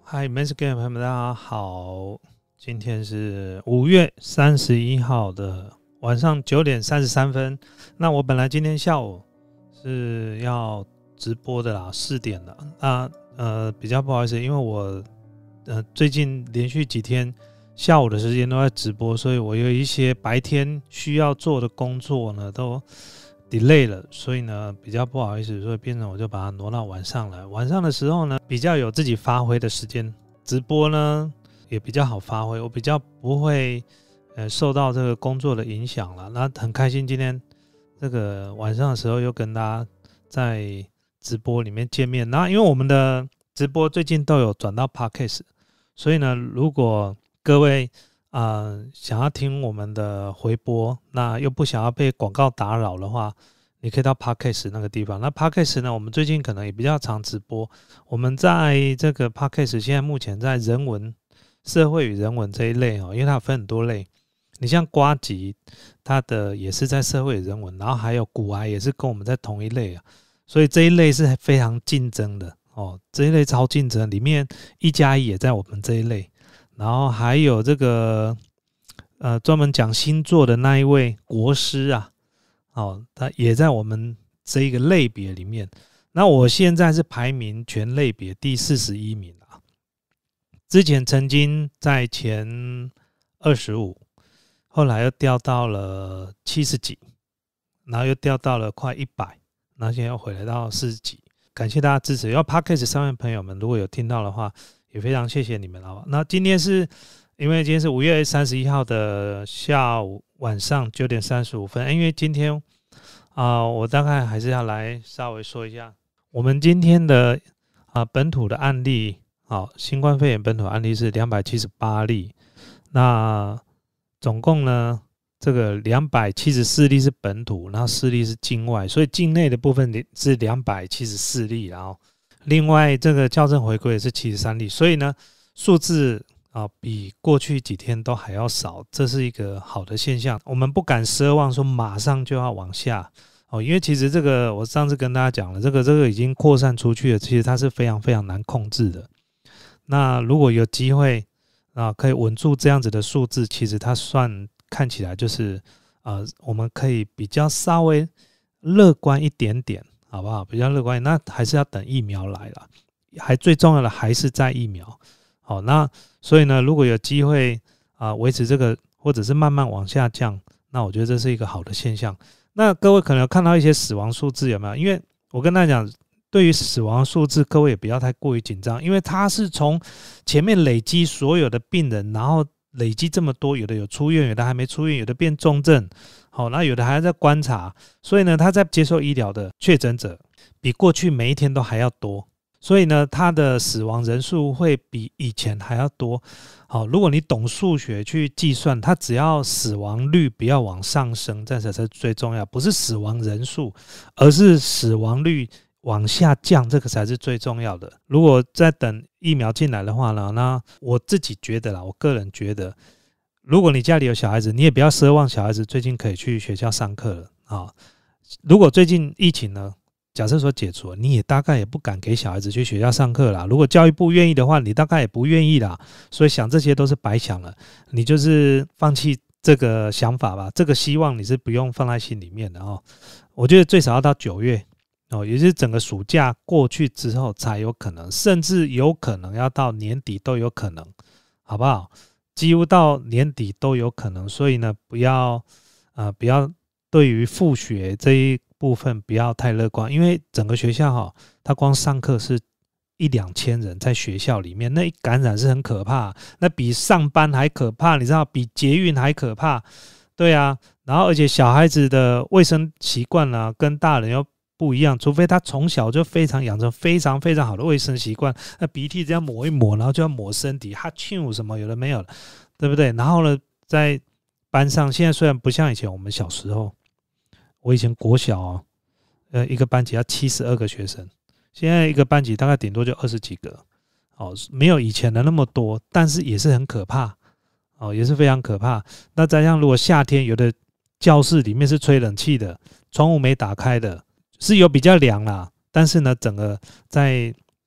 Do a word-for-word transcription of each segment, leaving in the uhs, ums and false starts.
嗨 ，Men's Game 朋友们，大家好，今天是五月三十一号的晚上九点三十三分。那我本来今天下午是要直播的啦，四点了。那呃比较不好意思，因为我呃最近连续几天下午的时间都在直播，所以我有一些白天需要做的工作呢都 delay 了，所以呢比较不好意思，所以变成我就把它挪到晚上来。晚上的时候呢，比较有自己发挥的时间，直播呢也比较好发挥，我比较不会呃受到这个工作的影响了。那很开心今天这个晚上的时候又跟大家在直播里面见面。那因为我们的直播最近都有转到 Podcast， 所以呢，如果各位呃，想要听我们的回播，那又不想要被广告打扰的话，你可以到 Podcast 那个地方。那 Podcast 呢，我们最近可能也比较常直播。我们在这个 Podcast 现在目前在人文、社会与人文这一类哦，因为它有分很多类。你像呱吉，它的也是在社会与人文，然后还有股癌也是跟我们在同一类啊，所以这一类是非常竞争的哦，这一类超竞争，里面一加一也在我们这一类。然后还有这个呃专门讲星座的那一位国师啊，哦，他也在我们这一个类别里面。那我现在是排名全类别第四十一名啊，之前曾经在前二十五，后来又掉到了七十几，然后又掉到了快一百，然后现在又回来到四十几。感谢大家支持，要 Podcast 上面朋友们如果有听到的话，也非常谢谢你们，好吧？那今天是因为今天是五月三十一号的下午晚上九点三十五分，因为今天啊、呃，我大概还是要来稍微说一下，我们今天的啊、呃、本土的案例，好，新冠肺炎本土案例是两百七十八例，那总共呢，这个两百七十四例是本土，然后四例是境外，所以境内的部分是两百七十四例，然后另外这个校正回归也是七十三例，所以呢数字啊比过去几天都还要少，这是一个好的现象。我们不敢奢望说马上就要往下哦，因为其实这个我上次跟大家讲了，这个这个已经扩散出去了，其实它是非常非常难控制的。那如果有机会啊可以稳住这样子的数字，其实它算看起来就是啊我们可以比较稍微乐观一点点。好不好？比较乐观，那还是要等疫苗来了，还最重要的还是在疫苗。好，那所以呢，如果有机会啊维持这个，或者是慢慢往下降，那我觉得这是一个好的现象。那各位可能有看到一些死亡数字，有没有？因为我跟大家讲，对于死亡数字，各位也不要太过于紧张，因为它是从前面累积所有的病人，然后累积这么多，有的有出院，有的还没出院，有的变重症。好，那有的还在观察，所以呢，他在接受医疗的确诊者比过去每一天都还要多，所以呢，他的死亡人数会比以前还要多。好，如果你懂数学去计算，它只要死亡率不要往上升，这才是最重要，不是死亡人数，而是死亡率往下降，这个才是最重要的。如果在等疫苗进来的话呢，那我自己觉得啦，我个人觉得，如果你家里有小孩子，你也不要奢望小孩子最近可以去学校上课了啊。如果最近疫情呢，假设说解除了，你也大概也不敢给小孩子去学校上课啦。如果教育部愿意的话，你大概也不愿意啦。所以想这些都是白想了，你就是放弃这个想法吧。这个希望你是不用放在心里面的哦。我觉得最少要到九月哦，也就是整个暑假过去之后才有可能，甚至有可能要到年底都有可能，好不好？几乎到年底都有可能，所以呢，不要呃不要对于复学这一部分不要太乐观，因为整个学校哈，它光上课是一两千人在学校里面，那一感染是很可怕，那比上班还可怕，你知道，比捷运还可怕，对啊，然后而且小孩子的卫生习惯啊，跟大人又不一样，除非他从小就非常养成非常非常好的卫生习惯，那鼻涕这样抹一抹，然后就要抹身体，哈啾什么有的没有了，对不对？然后呢，在班上，现在虽然不像以前我们小时候，我以前国小哦，呃，一个班级要七十二个学生，现在一个班级大概顶多就二十几个，哦，没有以前的那么多，但是也是很可怕，哦，也是非常可怕。那再像如果夏天有的教室里面是吹冷气的，窗户没打开的，是有比较凉啦，但是呢，整个在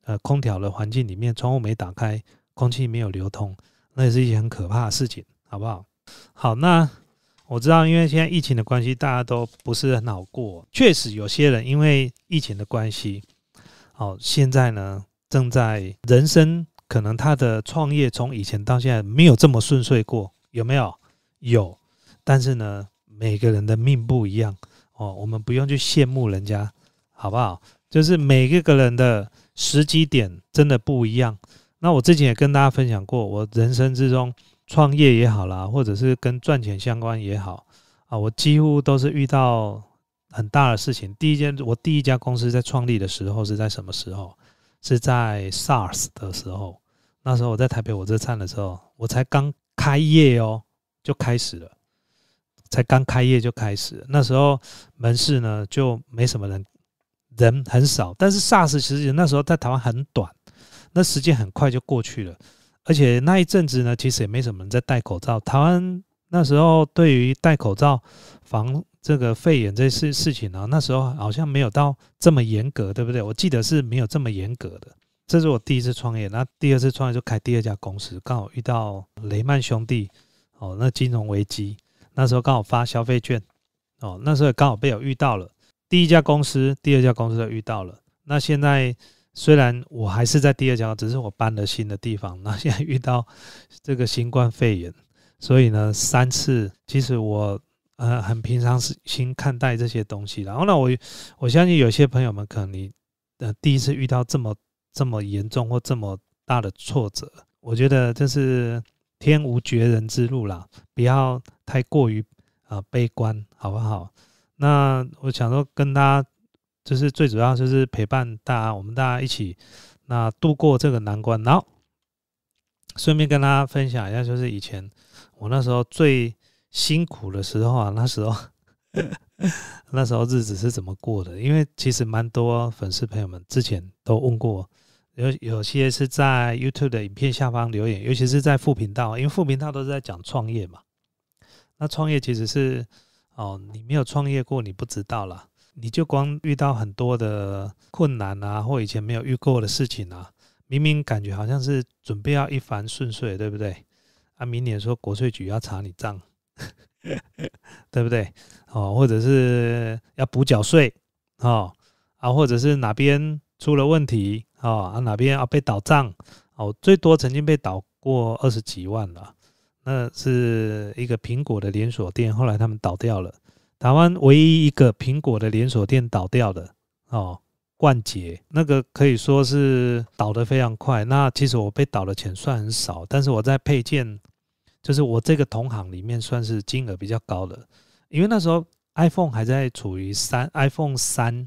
呃空调的环境里面，窗户没打开，空气没有流通，那也是一件很可怕的事情，好不好？好，那我知道，因为现在疫情的关系，大家都不是很好过。确实，有些人因为疫情的关系，哦，现在呢正在人生可能他的创业从以前到现在没有这么顺遂过，有没有？有，但是呢，每个人的命不一样哦，我们不用去羡慕人家，好不好？就是每一个人的时机点真的不一样。那我之前也跟大家分享过，我人生之中创业也好啦，或者是跟赚钱相关也好啊，我几乎都是遇到很大的事情。第一件，我第一家公司在创立的时候是在什么时候？是在 SARS 的时候。那时候我在台北火车站的时候，我才刚开业哦，就开始了，才刚开业就开始了。那时候门市呢就没什么人，人很少。但是 SARS 其实那时候在台湾很短，那时间很快就过去了。而且那一阵子呢，其实也没什么人在戴口罩。台湾那时候对于戴口罩防这个肺炎这事事情呢、啊，那时候好像没有到这么严格，对不对？我记得是没有这么严格的。这是我第一次创业，那第二次创业就开第二家公司，刚好遇到雷曼兄弟哦，那金融危机，那时候刚好发消费券哦，那时候也刚好被我遇到了。第一家公司、第二家公司都遇到了。那现在虽然我还是在第二家，只是我搬了新的地方，那现在遇到这个新冠肺炎，所以呢，三次其实我呃很平常心看待这些东西。然后呢，我我相信有些朋友们可能你呃第一次遇到这么这么严重或这么大的挫折，我觉得这是天无绝人之路啦，不要太过于、呃、悲观，好不好？那我想说跟大家就是最主要就是陪伴大家，我们大家一起那度过这个难关。然后顺便跟大家分享一下，就是以前我那时候最辛苦的时候啊，那时候那时候日子是怎么过的？因为其实蛮多粉丝朋友们之前都问过，有有些是在 YouTube 的影片下方留言，尤其是在副频道，因为副频道都是在讲创业嘛。那创业其实是哦，你没有创业过，你不知道啦。你就光遇到很多的困难啊，或以前没有遇过的事情啊，明明感觉好像是准备要一帆顺遂，对不对？啊，明年说国税局要查你账，对不对？哦，或者是要补缴税，哦，啊，或者是哪边出了问题，哦，啊哪边要被倒账，哦，最多曾经被倒过二十几万了。那是一个苹果的连锁店，后来他们倒掉了。台湾唯一一个苹果的连锁店倒掉的哦，冠捷那个可以说是倒得非常快。那其实我被倒的钱算很少，但是我在配件，就是我这个同行里面算是金额比较高的，因为那时候 iPhone 还在处于三 iPhone 三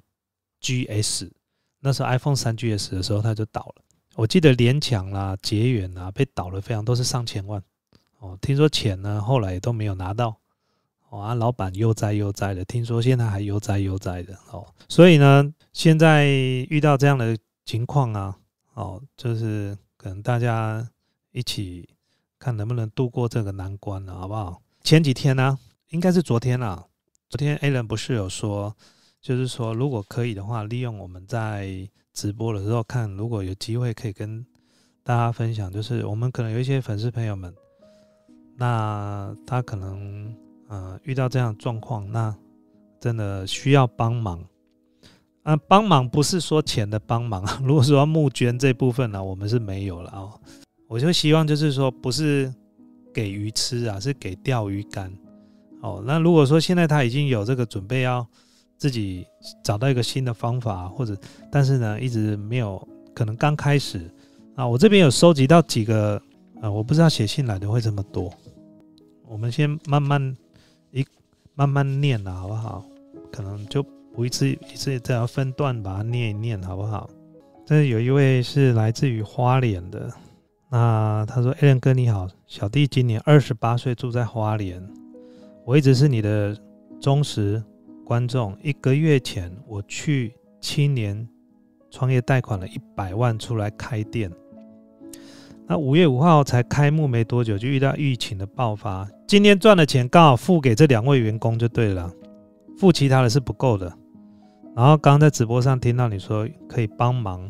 G S， 那时候 iPhone 三 G S 的时候它就倒了。我记得联强啦、捷远啦被倒了非常都是上千万哦，听说钱呢后来也都没有拿到。哦啊，老板悠哉悠哉的，听说现在还悠哉悠哉的哦。所以呢，现在遇到这样的情况啊，哦，就是可能大家一起看能不能度过这个难关了，好不好？前几天呢、啊，应该是昨天啦、啊，昨天 Alan 不是有说，就是说如果可以的话，利用我们在直播的时候看，如果有机会可以跟大家分享，就是我们可能有一些粉丝朋友们，那他可能。呃，遇到这样的状况，那真的需要帮忙。啊，帮忙不是说钱的帮忙啊，如果说要募捐这部分呢、啊，我们是没有了哦。我就希望就是说，不是给鱼吃啊，是给钓鱼竿。哦，那如果说现在他已经有这个准备，要自己找到一个新的方法，或者但是呢，一直没有，可能刚开始啊，我这边有收集到几个，呃，我不知道写信来的会这么多，我们先慢慢。一慢慢念了，好不好？可能就不一次一次这样分段把它念一念，好不好？这有一位是来自于花莲的，那他说 ：“Alan 哥你好，小弟今年二十八岁，住在花莲，我一直是你的忠实观众。一个月前我去青年创业贷款了一百万出来开店。”那五月五号才开幕没多久，就遇到疫情的爆发。今天赚的钱刚好付给这两位员工就对了，付其他的是不够的。然后刚刚在直播上听到你说可以帮忙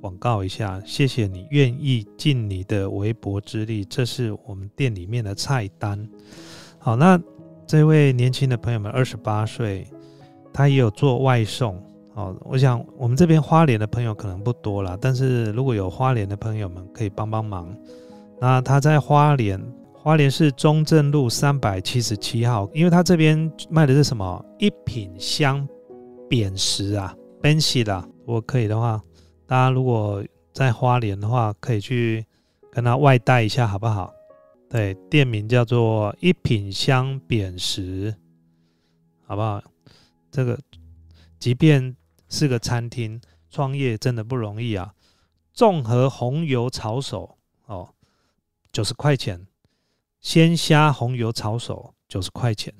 广告一下，谢谢你愿意尽你的微薄之力，这是我们店里面的菜单。好，那这位年轻的朋友们二十八岁，他也有做外送。好，我想我们这边花莲的朋友可能不多啦，但是如果有花莲的朋友们可以帮帮忙。那他在花莲花莲市中正路三百七十七号，因为他这边卖的是什么一品香扁食啊 Bensi 啦，如果可以的话，大家如果在花莲的话，可以去跟他外带一下好不好？对，店名叫做一品香扁食，好不好？这个即便是个餐厅，创业真的不容易啊。综合红油炒手哦，九十块钱；鲜虾红油炒手九十块钱；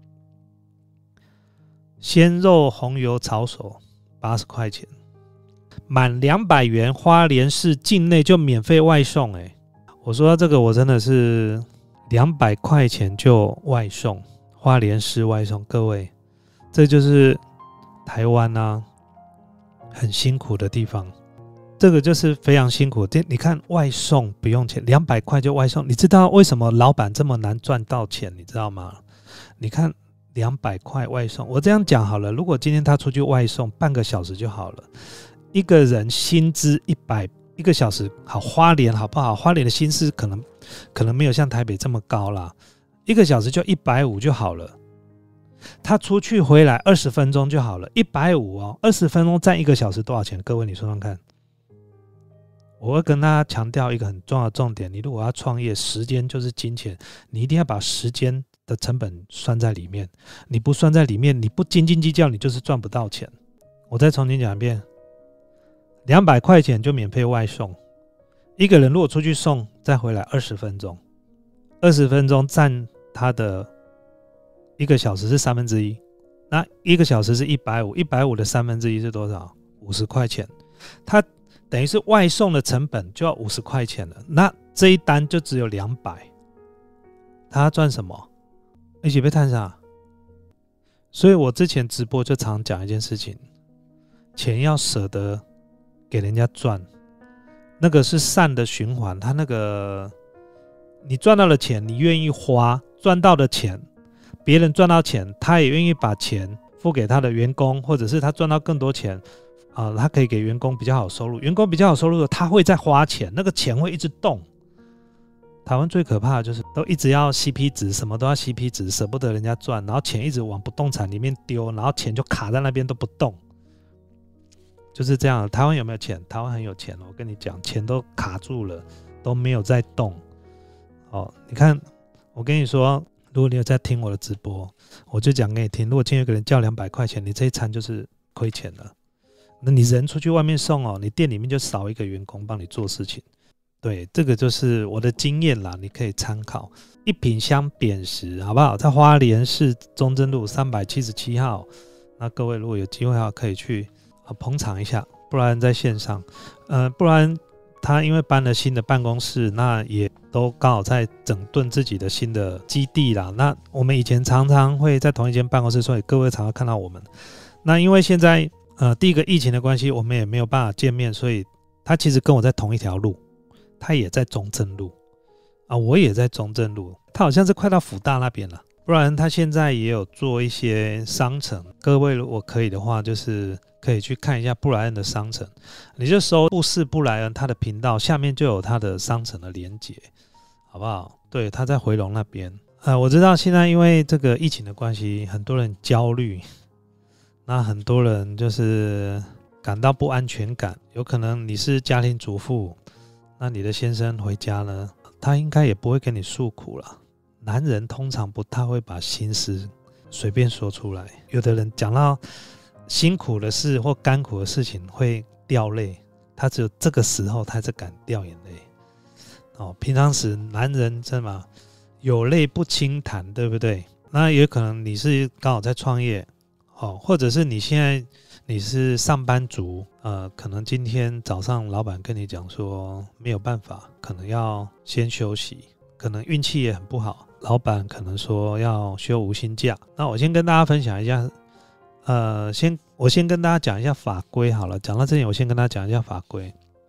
鲜肉红油炒手八十块钱。满两百元，花莲市境内就免费外送。哎，我说到这个，我真的是两百块钱就外送，花莲市外送。各位，这就是台湾啊，很辛苦的地方。这个就是非常辛苦。你看外送不用钱，两百块就外送。你知道为什么老板这么难赚到钱？你知道吗？你看两百块外送，我这样讲好了。如果今天他出去外送半个小时就好了。一个人薪资一百一个小时，好，花莲好不好？花莲的薪资可能可能没有像台北这么高啦，一个小时就一百五就好了。他出去回来二十分钟就好了，一百五哦，二十分钟占一个小时多少钱？各位你说说看。我会跟大家强调一个很重要的重点：你如果要创业，时间就是金钱，你一定要把时间的成本算在里面。你不算在里面，你不斤斤计较，你就是赚不到钱。我再重新讲一遍。两百块钱就免费外送，一个人如果出去送再回来二十分钟，二十分钟占他的一个小时是三分之一，那一个小时是一百五，一百五的三分之一是多少？五十块钱。他等于是外送的成本就要五十块钱了，那这一单就只有两百，他赚什么？一起被探啥？所以我之前直播就常讲一件事情，钱要舍得给人家赚，那个是善的循环。他那个你赚到了钱，你愿意花，赚到的钱，别人赚到钱，他也愿意把钱付给他的员工，或者是他赚到更多钱，呃、他可以给员工比较好收入。员工比较好收入的，他会再花钱，那个钱会一直动。台湾最可怕的就是都一直要 C P 值，什么都要 C P 值，舍不得人家赚，然后钱一直往不动产里面丢，然后钱就卡在那边都不动。就是这样。台湾有没有钱？台湾很有钱，我跟你讲，钱都卡住了，都没有在动。哦，你看，我跟你说，如果你有在听我的直播，我就讲给你听。如果今天有个人叫两百块钱，你这一餐就是亏钱了。那你人出去外面送哦，你店里面就少一个员工帮你做事情。对，这个就是我的经验啦，你可以参考。一品香扁食，好不好？在花莲市中正路三百七十七号。那各位如果有机会的话，可以去捧场一下，不然在线上，呃，不然他因为搬了新的办公室，那也都刚好在整顿自己的新的基地啦。那我们以前常常会在同一间办公室，所以各位常常看到我们。那因为现在呃，第一个疫情的关系，我们也没有办法见面，所以他其实跟我在同一条路，他也在中正路啊，我也在中正路，他好像是快到辅大那边了。不然他现在也有做一些商城，各位如果可以的话，就是可以去看一下布莱恩的商城，你就搜布氏布莱恩他的频道，下面就有他的商城的连结，好不好？对，他在回龙那边。呃，我知道现在因为这个疫情的关系，很多人焦虑，那很多人就是感到不安全感。有可能你是家庭主妇，那你的先生回家呢，他应该也不会跟你诉苦了。男人通常不太会把心事随便说出来，有的人讲到辛苦的事或甘苦的事情会掉泪，他只有这个时候他才敢掉眼泪。哦，平常时男人真的吗？有泪不轻弹，对不对？那也可能你是刚好在创业，哦，或者是你现在你是上班族，呃，可能今天早上老板跟你讲说没有办法，可能要先休息，可能运气也很不好，老板可能说要休无薪假。那我先跟大家分享一下，呃，先我先跟大家讲一下法规好了。讲到这里，我先跟大家讲一下法规。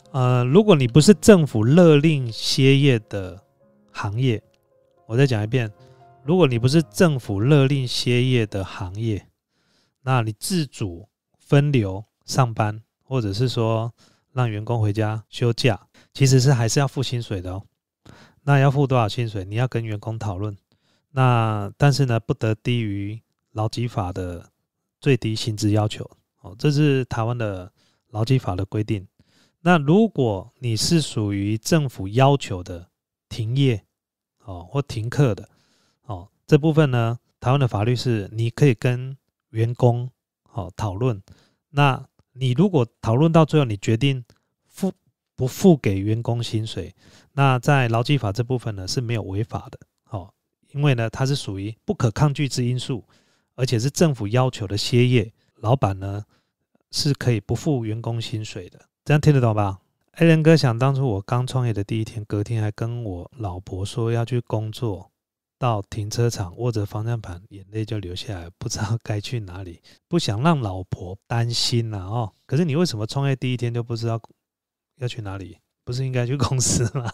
呃，如果你不是政府勒令歇业的行业，我再讲一遍，如果你不是政府勒令歇业的行业，那你自主分流上班，或者是说让员工回家休假，其实是还是要付薪水的哦。那要付多少薪水，你要跟员工讨论。那但是呢，不得低于劳基法的最低薪资要求，哦，这是台湾的劳基法的规定。那如果你是属于政府要求的停业，哦，或停课的，哦，这部分呢，台湾的法律是你可以跟员工，哦，讨论。那你如果讨论到最后，你决定付不付给员工薪水，那在劳基法这部分呢是没有违法的，哦，因为呢它是属于不可抗拒之因素，而且是政府要求的歇业，老板呢是可以不付员工薪水的，这样听得懂吧？Alan 哥想当初我刚创业的第一天，隔天还跟我老婆说要去工作，到停车场握着方向盘，眼泪就流下来，不知道该去哪里，不想让老婆担心啊哦。可是你为什么创业第一天就不知道要去哪里？不是应该去公司吗？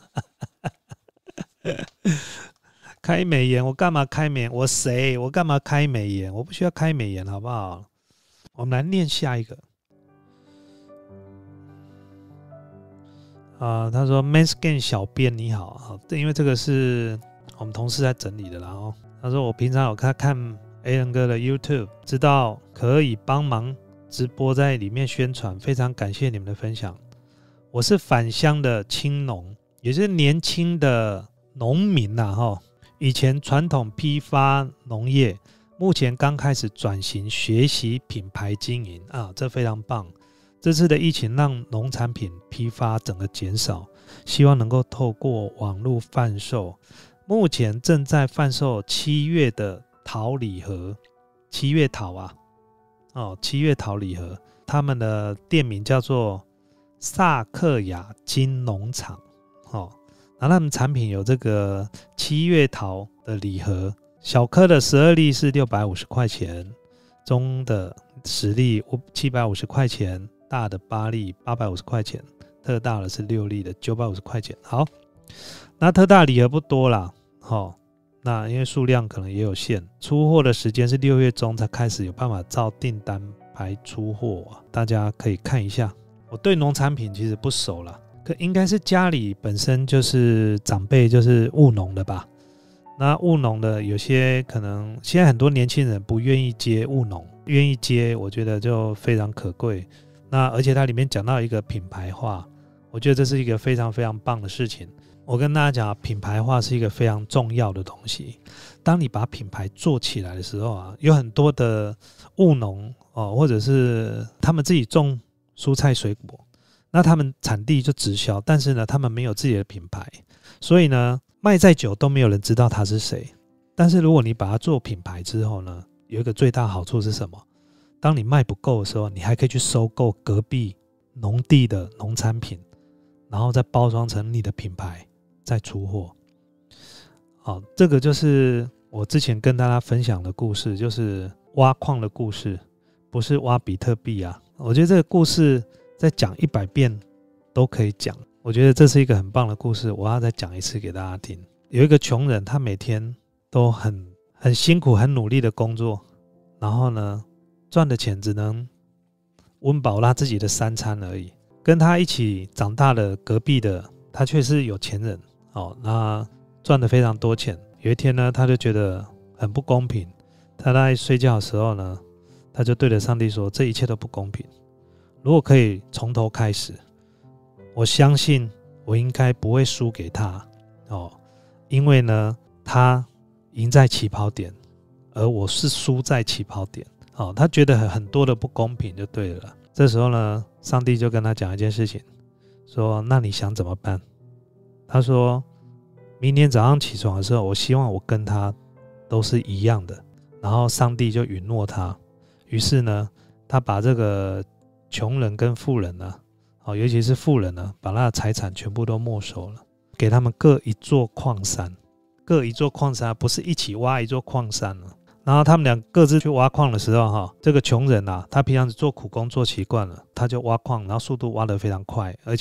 开美颜，我干嘛开美颜？我谁？我干嘛开美颜？我不需要开美颜，好不好？我们来念下一个。啊、呃，他说 Manscan 小编你好，因为这个是我们同事在整理的啦哦。他说我平常有看看 Alan 哥的 YouTube， 知道可以帮忙直播在里面宣传，非常感谢你们的分享。我是返乡的青农，也就是年轻的农民呐、啊、哈。以前传统批发农业，目前刚开始转型学习品牌经营啊，这非常棒。这次的疫情让农产品批发整个减少，希望能够透过网络贩售。目前正在贩售七月的桃礼盒，七月桃啊，哦，七月桃礼盒，他们的店名叫做萨克亚金农场，哦，然后他们产品有这个七月桃的礼盒，小颗的十二粒是六百五十块钱，中的十粒七百五十块钱。大的八粒八百五十块钱，特大的是六粒的九百五十块钱。好，那特大礼盒不多啦，哦，那因为数量可能也有限，出货的时间是六月中才开始有办法照订单排出货、啊，大家可以看一下。我对农产品其实不熟啦，可应该是家里本身就是长辈就是务农的吧。那务农的有些可能现在很多年轻人不愿意接务农，愿意接我觉得就非常可贵。那而且它里面讲到一个品牌化，我觉得这是一个非常非常棒的事情。我跟大家讲，品牌化是一个非常重要的东西。当你把品牌做起来的时候啊，有很多的务农哦，或者是他们自己种蔬菜水果，那他们产地就直销，但是呢，他们没有自己的品牌，所以呢，卖再久都没有人知道他是谁。但是如果你把它做品牌之后呢，有一个最大好处是什么？当你卖不够的时候，你还可以去收购隔壁农地的农产品，然后再包装成你的品牌，再出货。好，这个就是我之前跟大家分享的故事，就是挖矿的故事，不是挖比特币啊。我觉得这个故事再讲一百遍都可以讲，我觉得这是一个很棒的故事，我要再讲一次给大家听。有一个穷人，他每天都很很辛苦、很努力的工作，然后呢，赚的钱只能温饱他自己的三餐而已。跟他一起长大的隔壁的，他却是有钱人哦，那赚的非常多钱。有一天呢，他就觉得很不公平。他在睡觉的时候呢，他就对着上帝说：“这一切都不公平。如果可以从头开始，我相信我应该不会输给他哦，因为呢，他赢在起跑点，而我是输在起跑点。”哦，他觉得很多的不公平就对了。这时候呢，上帝就跟他讲一件事情，说：“那你想怎么办？”他说：“明天早上起床的时候，我希望我跟他都是一样的。”然后上帝就允诺他。于是呢，他把这个穷人跟富人呢，哦，尤其是富人呢，把他的财产全部都没收了，给他们各一座矿山，各一座矿山，不是一起挖一座矿山了。然后他们俩各自去挖矿的时候，哈，这个穷人啊，他平常做苦工做习惯了，他就挖矿，然后速度挖得非常快，而且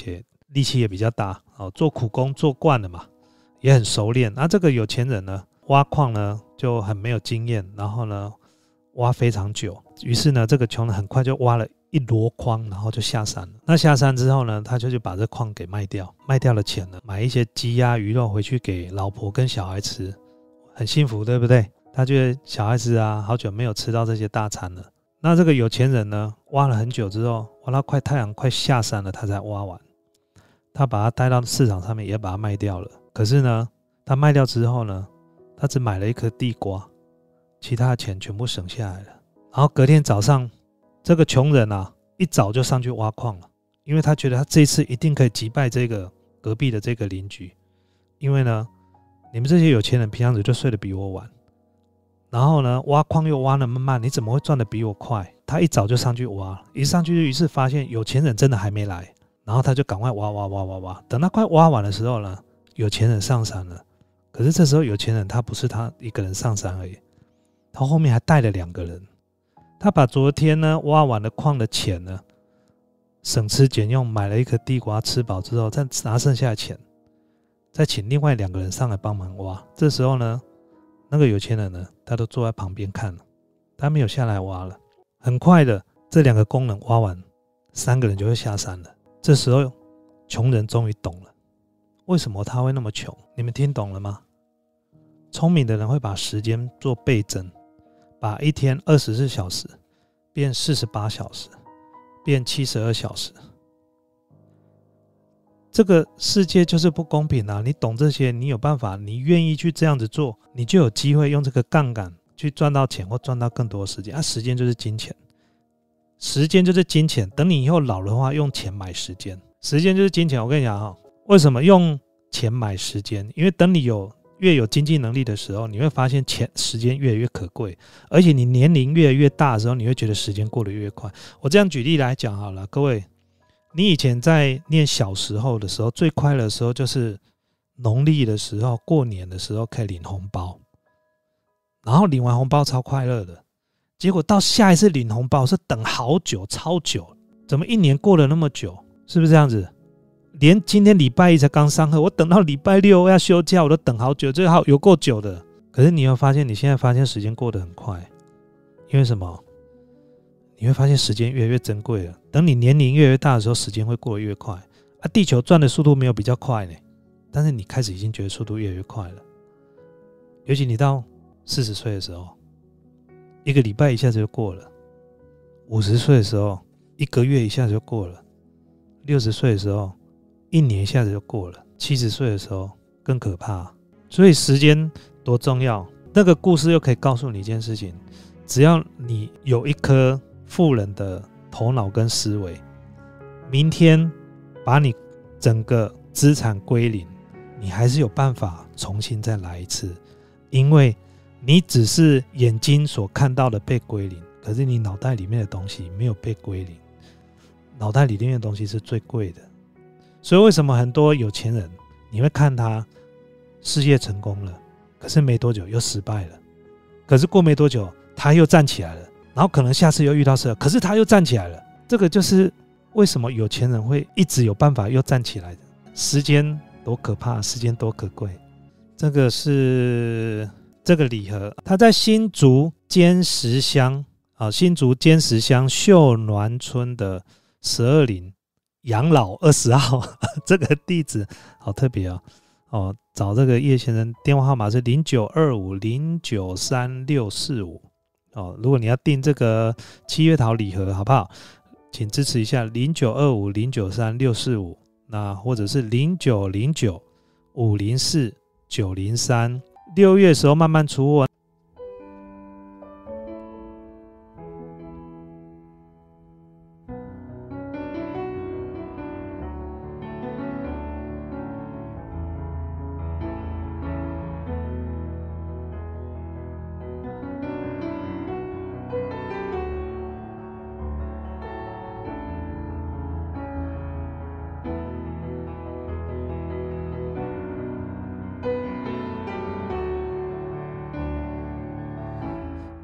力气也比较大，哦，做苦工做惯了嘛，也很熟练。那这个有钱人呢，挖矿呢就很没有经验，然后呢挖非常久，于是呢这个穷人很快就挖了一箩筐，然后就下山了。那下山之后呢，他就去把这矿给卖掉，卖掉了钱呢，买一些鸡鸭鱼肉回去给老婆跟小孩吃，很幸福，对不对？他觉得小孩子啊，好久没有吃到这些大餐了。那这个有钱人呢，挖了很久之后，挖到快太阳快下山了，他才挖完。他把它带到市场上面，也把它卖掉了。可是呢，他卖掉之后呢，他只买了一颗地瓜，其他的钱全部省下来了。然后隔天早上，这个穷人啊，一早就上去挖矿了，因为他觉得他这一次一定可以击败这个隔壁的这个邻居。因为呢，你们这些有钱人平常时就睡得比我晚，然后呢，挖矿又挖那么慢，你怎么会赚得比我快？他一早就上去挖，一上去于是发现有钱人真的还没来，然后他就赶快挖挖挖挖挖。等他快挖完的时候呢，有钱人上山了。可是这时候有钱人他不是他一个人上山而已，他后面还带了两个人。他把昨天呢挖完的矿的钱呢，省吃俭用买了一颗地瓜，吃饱之后再拿剩下的钱，再请另外两个人上来帮忙挖。这时候呢，那个有钱人呢，他都坐在旁边看了，他没有下来挖了。很快的，这两个工人挖完，三个人就会下山了。这时候，穷人终于懂了，为什么他会那么穷？你们听懂了吗？聪明的人会把时间做倍增，把一天二十四小时变四十八小时，变七十二小时。这个世界就是不公平啊！你懂这些，你有办法，你愿意去这样子做，你就有机会用这个杠杆去赚到钱或赚到更多的时间啊！时间就是金钱，时间就是金钱。等你以后老的话，用钱买时间，时间就是金钱。我跟你讲哈，为什么用钱买时间？因为等你有越有经济能力的时候，你会发现钱时间越来越可贵，而且你年龄越来越大的时候，你会觉得时间过得越快。我这样举例来讲好了，各位。你以前在念小时候的时候，最快乐的时候就是农历的时候，过年的时候可以领红包，然后领完红包超快乐的。结果到下一次领红包是等好久，超久，怎么一年过了那么久？是不是这样子？连今天礼拜一才刚上课，我等到礼拜六要休假，我都等好久，这好有够久的。可是你会发现，你现在发现时间过得很快，因为什么？你会发现时间越来越珍贵了。等你年龄越来越大的时候，时间会过得越快啊。地球转的速度没有比较快呢，但是你开始已经觉得速度越来越快了。尤其你到四十岁的时候，一个礼拜一下子就过了；五十岁的时候，一个月一下子就过了；六十岁的时候，一年一下子就过了；七十岁的时候更可怕。所以时间多重要。那个故事又可以告诉你一件事情：只要你有一颗富人的头脑跟思维，明天把你整个资产归零，你还是有办法重新再来一次。因为你只是眼睛所看到的被归零，可是你脑袋里面的东西没有被归零。脑袋里面的东西是最贵的。所以为什么很多有钱人，你会看他事业成功了，可是没多久又失败了，可是过没多久他又站起来了，然后可能下次又遇到事，可是他又站起来了。这个就是为什么有钱人会一直有办法又站起来的。时间多可怕，时间多可贵。这个是这个礼盒，它在新竹尖石乡啊，新竹尖石乡秀峦村的十二陵养老二十号，这个地址好特别哦。哦，找这个叶先生，电话号码是零九二五零九三六四五。哦，如果你要订这个七月桃礼盒，好不好？请支持一下零九二五零九三六四五，那或者是零九零九五零四九零三。六月的时候慢慢出货。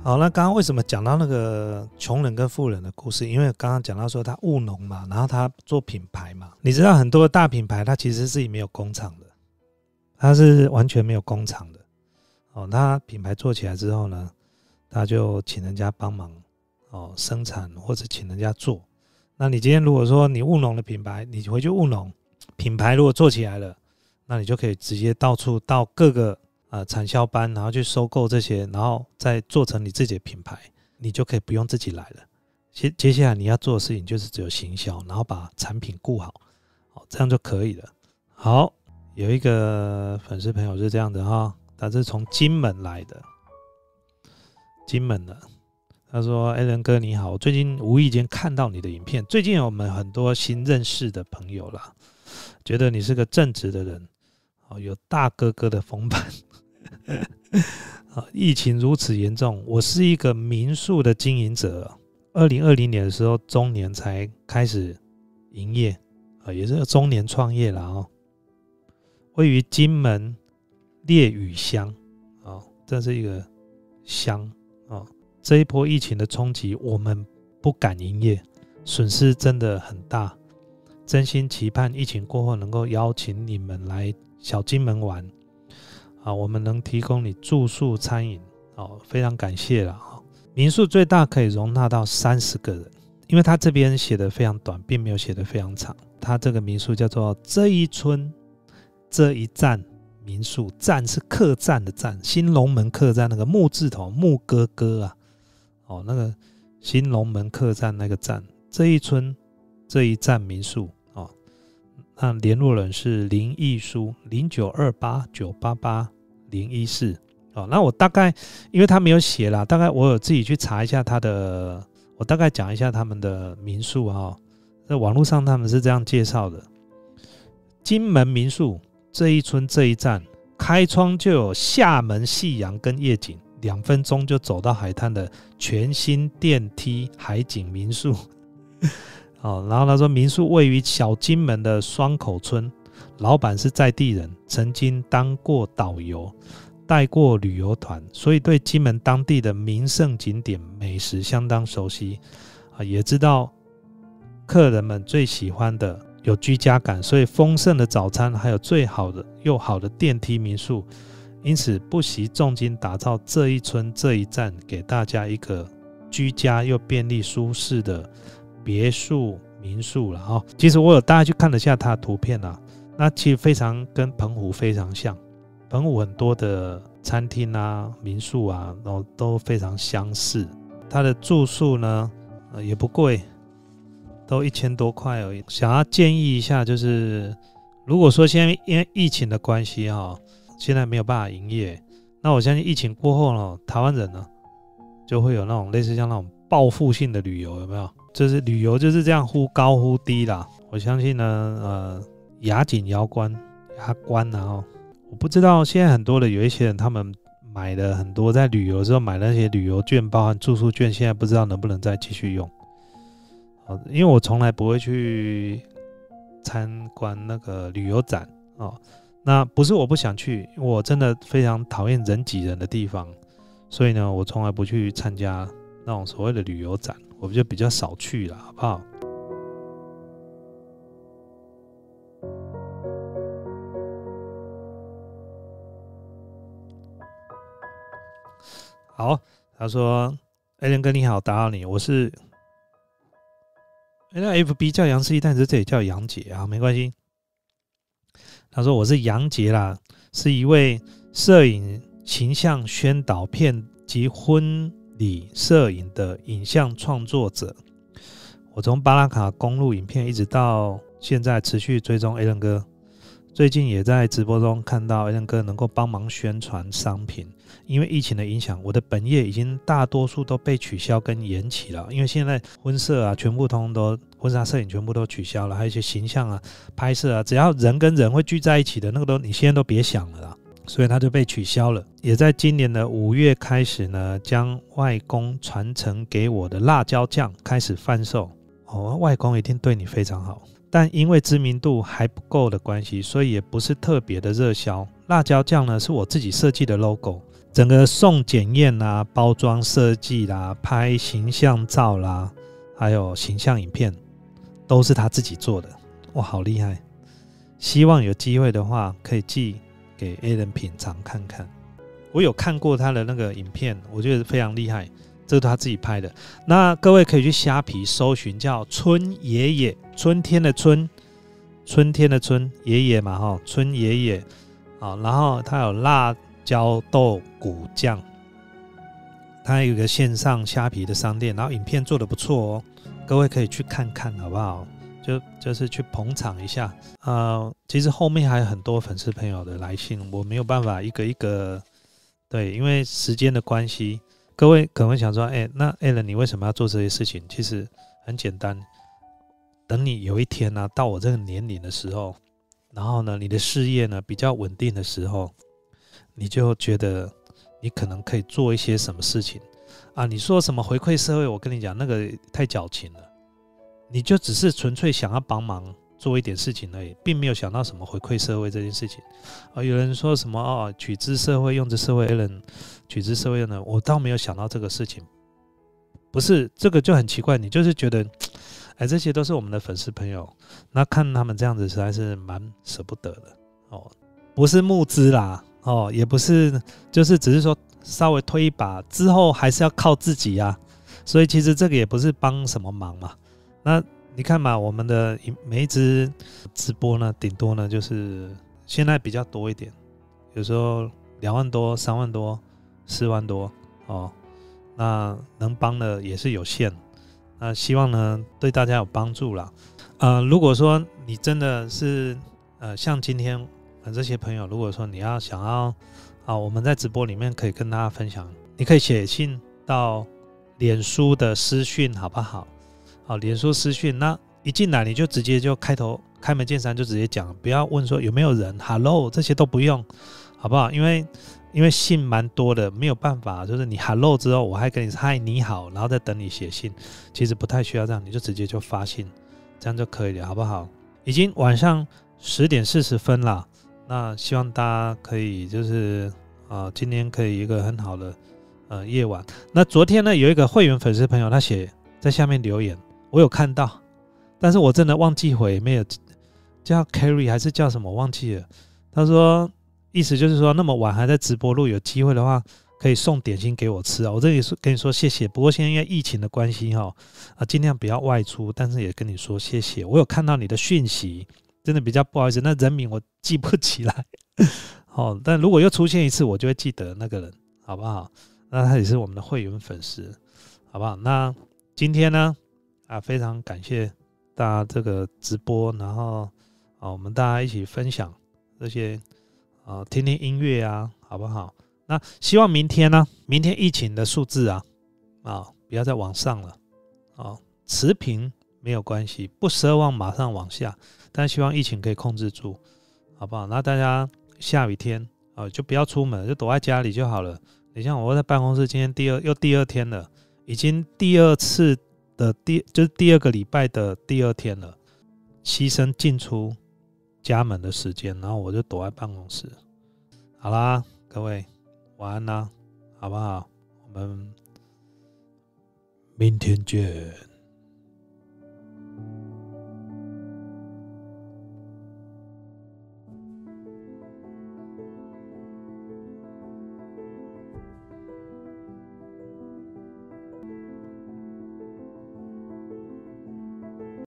好，那刚刚为什么讲到那个穷人跟富人的故事？因为刚刚讲到说他务农嘛，然后他做品牌嘛。你知道很多大品牌，它其实自己没有工厂的，它是完全没有工厂的。哦，他品牌做起来之后呢，他就请人家帮忙哦生产，或者请人家做。那你今天如果说你务农的品牌，你回去务农品牌如果做起来了，那你就可以直接到处到各个呃产销班，然后去收购这些，然后再做成你自己的品牌，你就可以不用自己来了。接接下来你要做的事情就是只有行销，然后把产品顾好，好这样就可以了。好，有一个粉丝朋友是这样的哈，他是从金门来的，金门的。他说 Alan 哥你好，我最近无意间看到你的影片，最近我们很多新认识的朋友啦，觉得你是个正直的人，有大哥哥的风范疫情如此严重，我是一个民宿的经营者，二零二零年的时候中年才开始营业，也是中年创业啦哦。位于金门烈屿乡，这是一个乡，这一波疫情的冲击，我们不敢营业，损失真的很大。真心期盼疫情过后能够邀请你们来小金门玩，啊，我们能提供你住宿餐饮，哦，非常感谢啦。民宿最大可以容纳到三十个人，因为他这边写的非常短，并没有写的非常长。他这个民宿叫做这一村这一站民宿，站是客栈的站，新龙门客栈那个木字头木哥哥啊，哦，那个新龙门客栈那个站，这一村这一站民宿。那联络人是林义书零九二八九八八零一四。那我大概因为他没有写啦，大概我有自己去查一下他的，我大概讲一下他们的民宿啊。在网络上他们是这样介绍的：金门民宿这一村这一站，开窗就有厦门夕阳跟夜景，两分钟就走到海滩的全新电梯海景民宿。哦、然后他说民宿位于小金门的双口村，老板是在地人，曾经当过导游，带过旅游团，所以对金门当地的名胜景点美食相当熟悉、啊、也知道客人们最喜欢的有居家感，所以丰盛的早餐还有最好的又好的电梯民宿，因此不惜重金打造这一村这一站，给大家一个居家又便利舒适的别墅民宿啦、哦、其实我有大概去看了下它的图片啦，那其实非常跟澎湖非常像，澎湖很多的餐厅啊民宿啊然后都非常相似，它的住宿呢、呃、也不贵，都一千多块而已。想要建议一下，就是如果说现在因为疫情的关系、哦、现在没有办法营业，那我相信疫情过后呢，台湾人呢就会有那种类似像那种报复性的旅游，有没有？就是旅游就是这样忽高忽低啦。我相信呢，呃，雅景遥观雅观啊、哦，我不知道现在很多的有一些人他们买了很多在旅游的时候买了那些旅游券，包含住宿券，现在不知道能不能再继续用。因为我从来不会去参观那个旅游展、哦、那不是我不想去，我真的非常讨厌人挤人的地方，所以呢，我从来不去参加那种所谓的旅游展，我就比较少去啦，好不好？好，他说 Alan 哥你好，打扰你，我是那 F B 叫杨世一，但是这里叫杨杰啊，没关系。他说我是杨杰啦，是一位摄影形象宣导片及婚礼摄影的影像创作者。我从巴拉卡公路影片一直到现在持续追踪 Alan 哥，最近也在直播中看到 Alan 哥能够帮忙宣传商品。因为疫情的影响，我的本业已经大多数都被取消跟延期了，因为现在婚摄啊全部通都婚纱摄影全部都取消了，还有一些形象啊拍摄啊，只要人跟人会聚在一起的那个都你现在都别想了啦，所以它就被取消了。也在今年的五月开始呢，将外公传承给我的辣椒酱开始贩售。哦，外公一定对你非常好，但因为知名度还不够的关系，所以也不是特别的热销。辣椒酱呢是我自己设计的 logo， 整个送检验啦、包装设计啦、拍形象照啦，还有形象影片，都是他自己做的。哇，好厉害！希望有机会的话，可以寄给 Alan 品尝看看。我有看过他的那个影片，我觉得非常厉害，这是他自己拍的。那各位可以去虾皮搜寻，叫春爷爷，春天的春，春天的春，爷爷嘛哈，春爷爷啊。然后他有辣椒豆鼓酱，他有一个线上虾皮的商店，然后影片做得不错哦，各位可以去看看好不好？就就是去捧场一下。呃，其实后面还有很多粉丝朋友的来信，我没有办法一个一个。对，因为时间的关系，各位可能会想说，哎，那 Alan 你为什么要做这些事情？其实很简单，等你有一天呢、啊，到我这个年龄的时候，然后呢，你的事业呢比较稳定的时候，你就觉得你可能可以做一些什么事情啊？你说什么回馈社会？我跟你讲，那个太矫情了，你就只是纯粹想要帮忙。做一点事情而已，并没有想到什么回馈社会这件事情。啊，有人说什么哦，取之社会，用之社会 ，Alan 取之社会呢？我倒没有想到这个事情。不是这个就很奇怪，你就是觉得，哎，这些都是我们的粉丝朋友，那看他们这样子实在是蛮舍不得的哦。不是募资啦，哦，也不是，就是只是说稍微推一把，之后还是要靠自己啊。所以其实这个也不是帮什么忙嘛。那你看嘛，我们的每一支直播呢，顶多呢就是现在比较多一点，有时候两万多、三万多、四万多哦，那能帮的也是有限。那希望呢对大家有帮助啦。呃，如果说你真的是呃像今天呃这些朋友，如果说你要想要啊，我们在直播里面可以跟大家分享，你可以写信到脸书的私讯，好不好？好，脸书私讯，那一进来你就直接就开头开门见山就直接讲，不要问说有没有人 ，hello 这些都不用，好不好？因为因为信蛮多的，没有办法，就是你 hello 之后，我还跟你嗨你好，然后再等你写信，其实不太需要这样，你就直接就发信，这样就可以了，好不好？已经晚上十点四十分了，那希望大家可以就是啊、呃，今天可以一个很好的呃夜晚。那昨天呢，有一个会员粉丝朋友，他写在下面留言。我有看到，但是我真的忘记回，没有叫 Carry 还是叫什么忘记了。他说意思就是说那么晚还在直播，如果有机会的话可以送点心给我吃啊。我这里跟你说谢谢，不过现在因为疫情的关系哈啊，尽量不要外出，但是也跟你说谢谢。我有看到你的讯息，真的比较不好意思，那人名我记不起来。好，但如果又出现一次，我就会记得那个人，好不好？那他也是我们的会员粉丝，好不好？那今天呢？啊，非常感谢大家这个直播，然后啊，我们大家一起分享这些啊，听听音乐啊，好不好？那希望明天呢，明天疫情的数字啊啊，不要再往上了啊，持平没有关系，不奢望马上往下，但希望疫情可以控制住，好不好？那大家下雨天啊，就不要出门，就躲在家里就好了。你像我在办公室，今天第二又第二天了，已经第二次。的第就是第二个礼拜的第二天了，牺牲进出家门的时间，然后我就躲在办公室。好啦，各位晚安啦，好不好？我们明天见。